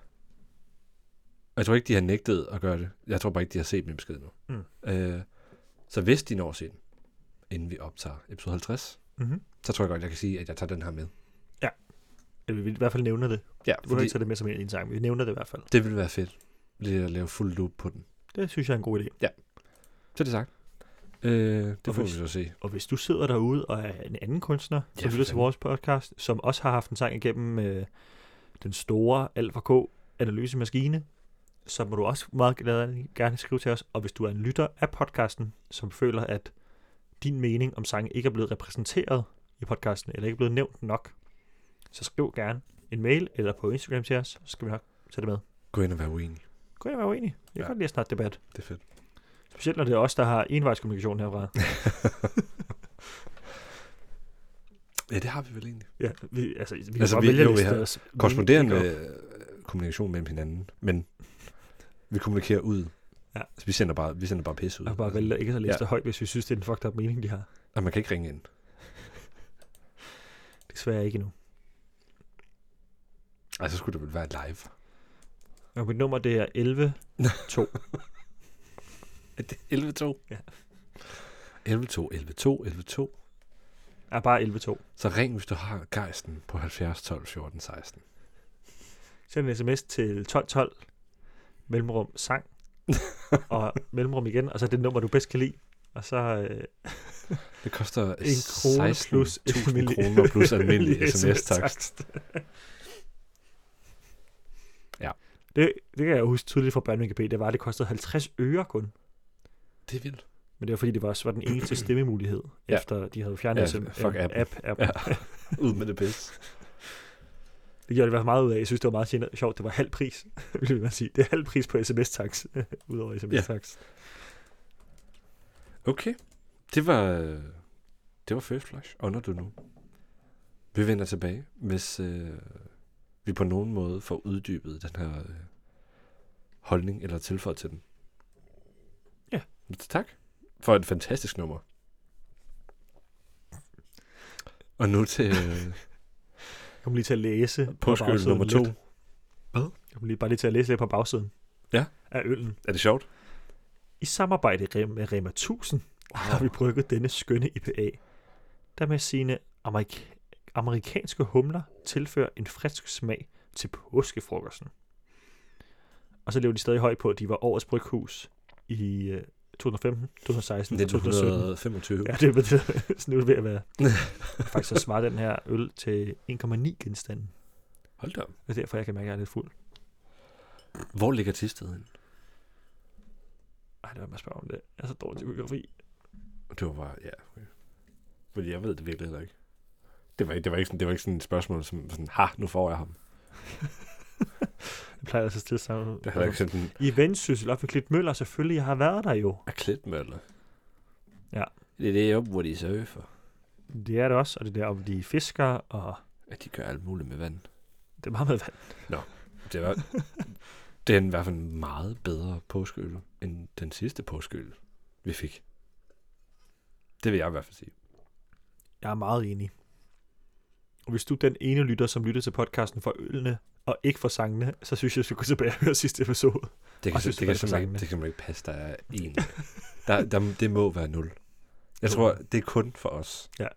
Speaker 2: Og jeg tror ikke, de har nægtet at gøre det. Jeg tror bare ikke, de har set min besked nu.
Speaker 1: Mm.
Speaker 2: Så hvis de når at se den, inden vi optager episode 50,
Speaker 1: Mm-hmm.
Speaker 2: så tror jeg godt, jeg kan sige, at jeg tager den her med.
Speaker 1: Vi vil i hvert fald nævne det.
Speaker 2: Ja,
Speaker 1: Du behøver ikke tage det med som en sang. Vi nævner det i hvert fald.
Speaker 2: det ville være fedt. Lige at lave fuld loop på den.
Speaker 1: Det synes jeg er en god idé.
Speaker 2: Så er det sagt. Det får vi
Speaker 1: hvis-
Speaker 2: så se.
Speaker 1: Og hvis du sidder derude og er en anden kunstner,
Speaker 2: Ja,
Speaker 1: som
Speaker 2: for
Speaker 1: lytter til
Speaker 2: fanden.
Speaker 1: vores podcast, som også har haft en sang igennem den store Alpha K analysemaskine, så må du også meget gerne skrive til os. Og hvis du er en lytter af podcasten, som føler, at din mening om sangen ikke er blevet repræsenteret i podcasten, eller ikke er blevet nævnt nok, så skriv gerne en mail eller på Instagram til os, så skal vi nok tage det med.
Speaker 2: Gå ind og være uenig.
Speaker 1: Gå ind og være uenig. Jeg kan
Speaker 2: Ja.
Speaker 1: godt lide at starte debat.
Speaker 2: Det er fedt.
Speaker 1: Specielt når det er os, der har envejskommunikation herfra.
Speaker 2: Ja, det har vi vel egentlig.
Speaker 1: Ja, vi kan
Speaker 2: Altså,
Speaker 1: bare
Speaker 2: vi-
Speaker 1: vælge
Speaker 2: jo,
Speaker 1: at
Speaker 2: vi
Speaker 1: liste
Speaker 2: har
Speaker 1: os
Speaker 2: Korresponderende kommunikation mellem hinanden, men vi kommunikerer ud.
Speaker 1: Ja.
Speaker 2: Altså, vi sender bare pisse ud.
Speaker 1: og bare vælge ikke at læse
Speaker 2: Ja.
Speaker 1: det højt, hvis vi synes, det er en fucked up mening, de har.
Speaker 2: Og man kan ikke ringe ind.
Speaker 1: Desværre ikke endnu.
Speaker 2: Ej, så skulle det vel være live.
Speaker 1: Og mit nummer, det er 11.
Speaker 2: Er det 11-2?
Speaker 1: Ja.
Speaker 2: 11-2.
Speaker 1: Er bare 11-2.
Speaker 2: Så ring, hvis du har gejsten på 70 12 14 16.
Speaker 1: Send en sms til 1212, mellemrum sang, og mellemrum igen, og så det nummer, du bedst kan lide. Og så
Speaker 2: Det koster
Speaker 1: 1 krone plus
Speaker 2: 16.000 kroner plus almindelig sms-takst. Ja.
Speaker 1: Det kan jeg jo huske tydeligt fra BørneMGP, det var, at det kostede 50 øre kun.
Speaker 2: Det er vildt.
Speaker 1: Men det var fordi, det også var den eneste stemmemulighed,
Speaker 2: Ja.
Speaker 1: efter de havde fjernet
Speaker 2: fuck appen.
Speaker 1: app.
Speaker 2: Ja. Ud med det pis.
Speaker 1: Det gjorde det i hvert fald meget ud af. Jeg synes, det var meget sjovt. Det var halv pris, vil man sige. Det er halv pris på sms-tax, udover sms-tax.
Speaker 2: Okay. Det var First Flush. Under du nu. Vi vender tilbage, hvis vi på nogen måde får uddybet den her holdning eller tilføjet til den.
Speaker 1: Ja.
Speaker 2: Tak for et fantastisk nummer. Og nu til
Speaker 1: Jeg kommer lige til at læse
Speaker 2: påskeøl
Speaker 1: bagsiden
Speaker 2: nummer 2.
Speaker 1: lidt. Jeg kommer bare lige til at læse lidt på bagsiden.
Speaker 2: Ja.
Speaker 1: Af øllen.
Speaker 2: Er det sjovt?
Speaker 1: I samarbejde med Rema 1000 har vi brygget denne skønne IPA, der med sine amerikanske humler tilfører en frisk smag til påskefrokosten. Og så lever de stadig højt på, at de var årets bryghus i 2015, 2016 og 2017.
Speaker 2: 1925.
Speaker 1: Ja, det er sådan nu er det ved at være. Faktisk så svarer den her øl til 1,9 genstande.
Speaker 2: Hold da op.
Speaker 1: Det er derfor, jeg kan mærke, at jeg er lidt fuld.
Speaker 2: Hvor ligger Thisted hen?
Speaker 1: Ej, det var med at spørge om det. Jeg er så dårlig til geografi.
Speaker 2: Det var bare, ja. Fordi jeg ved det virkelig heller ikke. Det var ikke sådan et spørgsmål, som sådan, nu får jeg ham.
Speaker 1: Jeg plejer altså til sammen.
Speaker 2: Det har ikke sådan...
Speaker 1: I Vendsyssel op ved Klitmøller, selvfølgelig. Jeg har været der jo.
Speaker 2: Af Klitmøller?
Speaker 1: Ja.
Speaker 2: Det er det op, hvor de surfer.
Speaker 1: Det er det også, og det er deroppe, de fisker, og...
Speaker 2: At de gør alt muligt med vand.
Speaker 1: Det er meget med vand.
Speaker 2: Nå, det er i hvert fald en meget bedre påskeøl, end den sidste påskeøl, vi fik. Det vil jeg i hvert fald sige.
Speaker 1: Jeg er meget enig. Og hvis du er den ene lytter, som lytter til podcasten for ølene, og ikke for sangene, så synes jeg, at du går tilbage og høre sidste episode.
Speaker 2: Det kan man ikke passe, der er en. Det må være 0. Jeg tror, det er kun for os.
Speaker 1: Ja.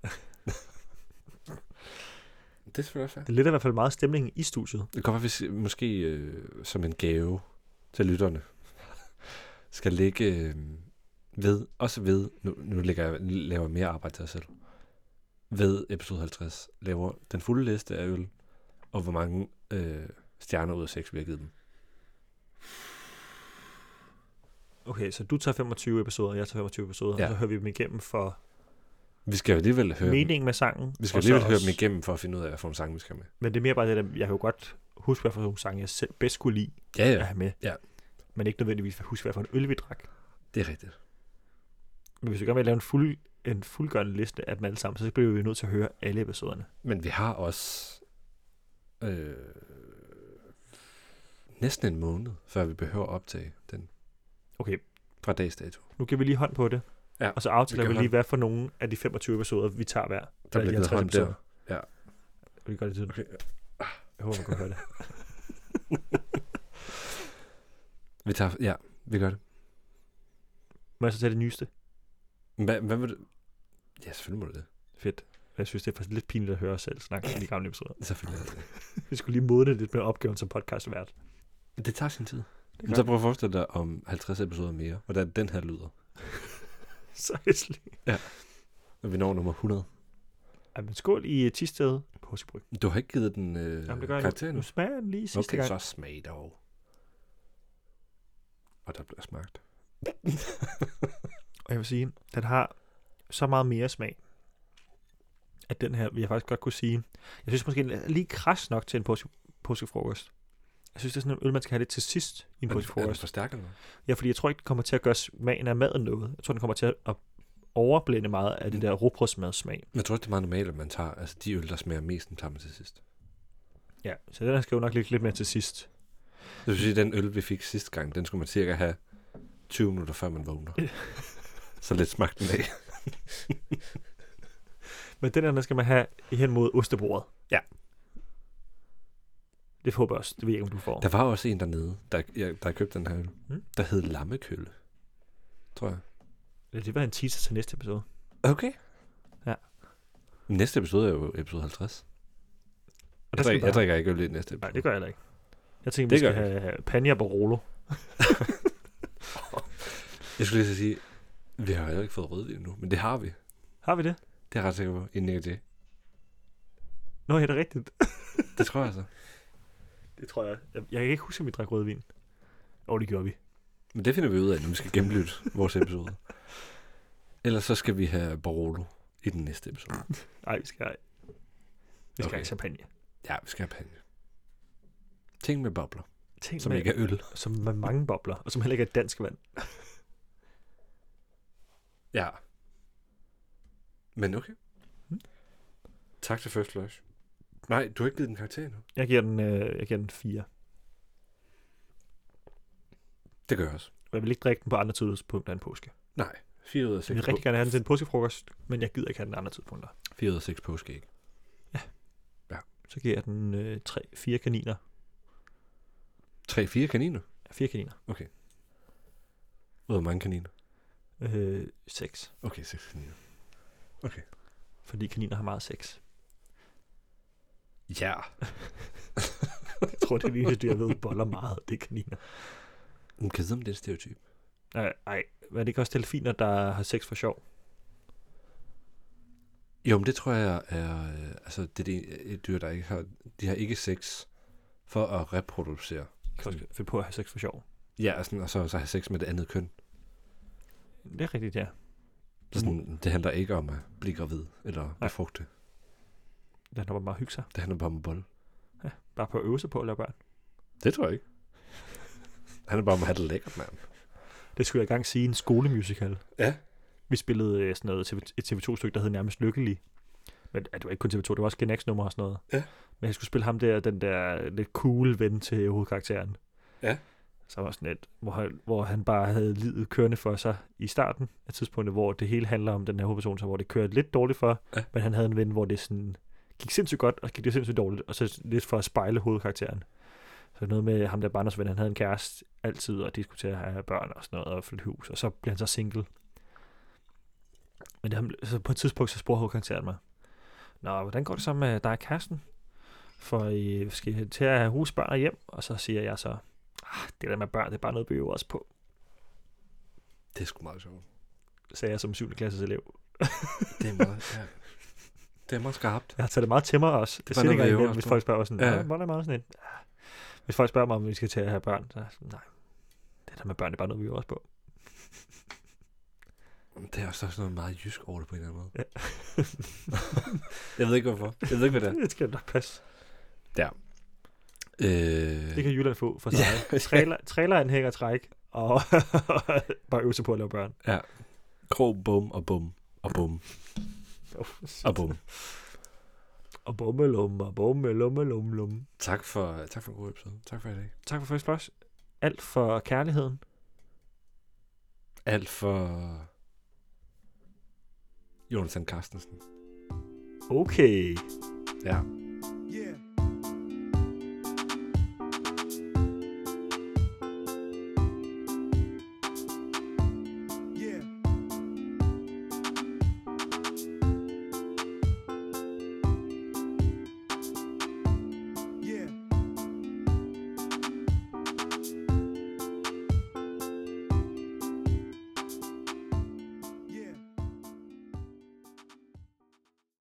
Speaker 2: Det er selvfølgelig også fair.
Speaker 1: Det er lidt i hvert fald meget stemning i studiet.
Speaker 2: Det kan godt være, hvis måske som en gave til lytterne, skal ligge ved, nu laver jeg mere arbejde til os selv, ved episode 50, laver den fulde liste af øl, og hvor mange stjerner ud af 6 vi har givet dem.
Speaker 1: Okay, så du tager 25 episoder, jeg tager 25 episoder, og så hører vi dem igennem for...
Speaker 2: Vi skal jo alligevel høre
Speaker 1: meningen med sangen.
Speaker 2: Vi skal alligevel høre dem igennem for at finde ud af, hvad for en sang vi skal med.
Speaker 1: Men det er mere bare det, at jeg kan jo godt huske, hvad for nogle sange jeg selv bedst kunne lide at have med.
Speaker 2: Ja.
Speaker 1: Men ikke nødvendigvis huske, hvad for en øl vi drak.
Speaker 2: Det er rigtigt.
Speaker 1: Men hvis vi gerne vil lave en fuldgørende liste af dem alle sammen, så bliver vi nødt til at høre alle episoderne.
Speaker 2: Men vi har også næsten en måned, før vi behøver at optage den.
Speaker 1: Okay.
Speaker 2: Fra dags dato.
Speaker 1: Nu giver vi lige hånd på det.
Speaker 2: Ja,
Speaker 1: og så aftaler vi lige, hvad for nogle af de 25 episoder, vi tager hver.
Speaker 2: Der bliver givet hånd der. Ja.
Speaker 1: Vi gør det til.
Speaker 2: Okay.
Speaker 1: Jeg håber, man kan høre det.
Speaker 2: vi gør det.
Speaker 1: Må jeg så tage det nyeste?
Speaker 2: Hvad vil du? Ja, selvfølgelig må du det.
Speaker 1: Fedt. Jeg synes, det er faktisk lidt pinligt at høre os selv snakke i de gamle episoder.
Speaker 2: Selvfølgelig er det.
Speaker 1: Vi skulle lige modne lidt med opgaven som podcastvært.
Speaker 2: Det tager sin tid. Men så prøv at forestille dig om 50 episoder mere, hvordan den her lyder.
Speaker 1: Seriously.
Speaker 2: Ja. Og vi når nummer 100.
Speaker 1: Ej, men skål i Thisted påskebryg.
Speaker 2: Du har ikke givet den karakter
Speaker 1: nu smager den lige sidste gang.
Speaker 2: Okay, så smag dog. Og der bliver smagt.
Speaker 1: Og jeg vil sige, den har så meget mere smag, at den her, vil jeg faktisk godt kunne sige, jeg synes måske er lige kras nok til en påskefrokost. Jeg synes, det er sådan en øl, man skal have det til sidst i en påskefrokost.
Speaker 2: Er det forstærket noget?
Speaker 1: Ja, fordi jeg tror ikke, den kommer til at gøre smagen af maden noget. Jeg tror, den kommer til at overblænde meget af det der rugbrødsmadsmag.
Speaker 2: Jeg tror, det er meget normalt, at man tager, altså de øl, der smager mest, den tager man til sidst.
Speaker 1: Ja, så den her skal jo nok ligge lidt mere til sidst.
Speaker 2: Det vil sige, den øl, vi fik sidste gang, den skulle man cirka have 20 minutter, før man vågner. Så lidt smagt den af.
Speaker 1: Men den der skal man have hen mod ostebordet.
Speaker 2: Ja.
Speaker 1: Det håber jeg også. Det ved jeg ikke, om du får.
Speaker 2: Der var også en dernede, der købte den her øl. Der hed Lammekølle. Tror jeg.
Speaker 1: Ja, det var en teaser til næste episode.
Speaker 2: Okay.
Speaker 1: Ja.
Speaker 2: Næste episode er jo episode 50.
Speaker 1: Og
Speaker 2: jeg drikker ikke øl i næste episode.
Speaker 1: Nej, det gør jeg heller ikke. Jeg tænker, vi skal have Panja Barolo.
Speaker 2: Jeg skulle lige sige, vi har jo ikke fået rødvin nu, men det har vi.
Speaker 1: Har vi det?
Speaker 2: Det er ret sikker på, inden jeg det.
Speaker 1: Nå, er det rigtigt?
Speaker 2: Det tror jeg så.
Speaker 1: Det tror jeg. Jeg kan ikke huske, om vi drak rødvin. Det gjorde vi.
Speaker 2: Men det finder vi ud af, når vi skal gennemlytte vores episode. Ellers så skal vi have Barolo i den næste episode.
Speaker 1: Nej, vi skal have champagne.
Speaker 2: Ja, vi skal have champagne. Ting med bobler.
Speaker 1: Ting
Speaker 2: som
Speaker 1: med,
Speaker 2: ikke er øl.
Speaker 1: Som med mange bobler, og som heller ikke er dansk vand.
Speaker 2: Ja. Men okay. Tak til First Flush. Nej, du har ikke givet den karakter nu.
Speaker 1: Jeg giver den 4.
Speaker 2: Det gør jeg også.
Speaker 1: Jeg vil ikke drikke den på andre tidspunkter end påske.
Speaker 2: Nej, 4 ud af 6.
Speaker 1: Jeg vil rigtig gerne have den til en påskefrokost, men jeg gider ikke have den andre tidspunkter.
Speaker 2: 4 ud af 6 påskeæg.
Speaker 1: Ja. Så giver jeg den 4 kaniner.
Speaker 2: 3-4 kaniner?
Speaker 1: Ja, 4 kaniner.
Speaker 2: Okay. Hvor mange kaniner?
Speaker 1: 6.
Speaker 2: Okay, 6 kaniner. Okay.
Speaker 1: Fordi kaniner har meget sex.
Speaker 2: Ja.
Speaker 1: Jeg tror, det er lige, jeg ved, boller meget, det er kaniner.
Speaker 2: Man kan vide, om det er en stereotyp.
Speaker 1: Nej, men det kan også delfiner, der har sex for sjov.
Speaker 2: Jo, men det tror jeg er... altså, det er et dyr, der ikke har... De har ikke sex for at reproducere.
Speaker 1: Kan også finde på at have sex for sjov.
Speaker 2: Ja, sådan, og så have sex med det andet køn.
Speaker 1: Det er rigtigt, ja.
Speaker 2: Sådan, det handler ikke om at blive gravid eller befrugte.
Speaker 1: Det handler bare om at hygge sig.
Speaker 2: Det handler bare om at bolle.
Speaker 1: Ja, bare på at øve sig på at lave børn.
Speaker 2: Det tror jeg ikke. Det handler bare om at have det lækkert, mand.
Speaker 1: Det skulle jeg i gang sige en skolemusical.
Speaker 2: Ja.
Speaker 1: Vi spillede sådan noget et TV2-stykke, der hed Nærmest Lykkelig. Men det var ikke kun TV2, det var også Gen X-nummer og sådan noget.
Speaker 2: Ja.
Speaker 1: Men jeg skulle spille ham der, den der lidt cool ven til hovedkarakteren.
Speaker 2: Ja.
Speaker 1: Så var sådan et, hvor han bare havde livet kørende for sig i starten af tidspunktet, hvor det hele handler om den her hovedperson, så hvor det kørte lidt dårligt for, men han havde en ven, hvor det sådan gik sindssygt godt, og gik det sindssygt dårligt, og så lidt for at spejle hovedkarakteren. Så noget med ham der barndomsven, han havde en kæreste altid, og diskutere at have børn og sådan noget, og flytte hus, og så blev han så single. Men så på et tidspunkt, så spurgte hovedkarakteren mig, nå, hvordan går det så med dig og kæresten? For I skal til at have husbørn hjem, og så siger jeg så, det der med børn, det er bare noget, vi øver os på.
Speaker 2: Det er sgu meget sjovt.
Speaker 1: Sagde jeg som 7. klasses elev.
Speaker 2: Det er meget, ja. Det er meget skarpt.
Speaker 1: Jeg har taget det meget til mig også. Det siger ikke engang, hvis folk spørger sådan, hvordan er meget sådan et? Hvis folk spørger mig, om vi skal til at have børn, så er jeg sådan, nej, det der med børn, det er bare noget, vi øver os på.
Speaker 2: Det er også sådan noget meget jysk over det på en eller anden måde.
Speaker 1: Ja.
Speaker 2: Jeg ved ikke, hvorfor. Jeg ved ikke, hvad det er.
Speaker 1: Det skal nok passe.
Speaker 2: Der.
Speaker 1: Det kan Jylland få for sig. Ja. Traileranhænger træk, og bare øve sig på at lave børn.
Speaker 2: Ja. Krog, bum og bum og bum. Og bum.
Speaker 1: Og bummelum og bummelum.
Speaker 2: Tak for en god episode. Tak for i dag.
Speaker 1: Tak for First Flush. Alt for kærligheden.
Speaker 2: Alt for Jonathan Carstensen.
Speaker 1: Okay.
Speaker 2: Ja.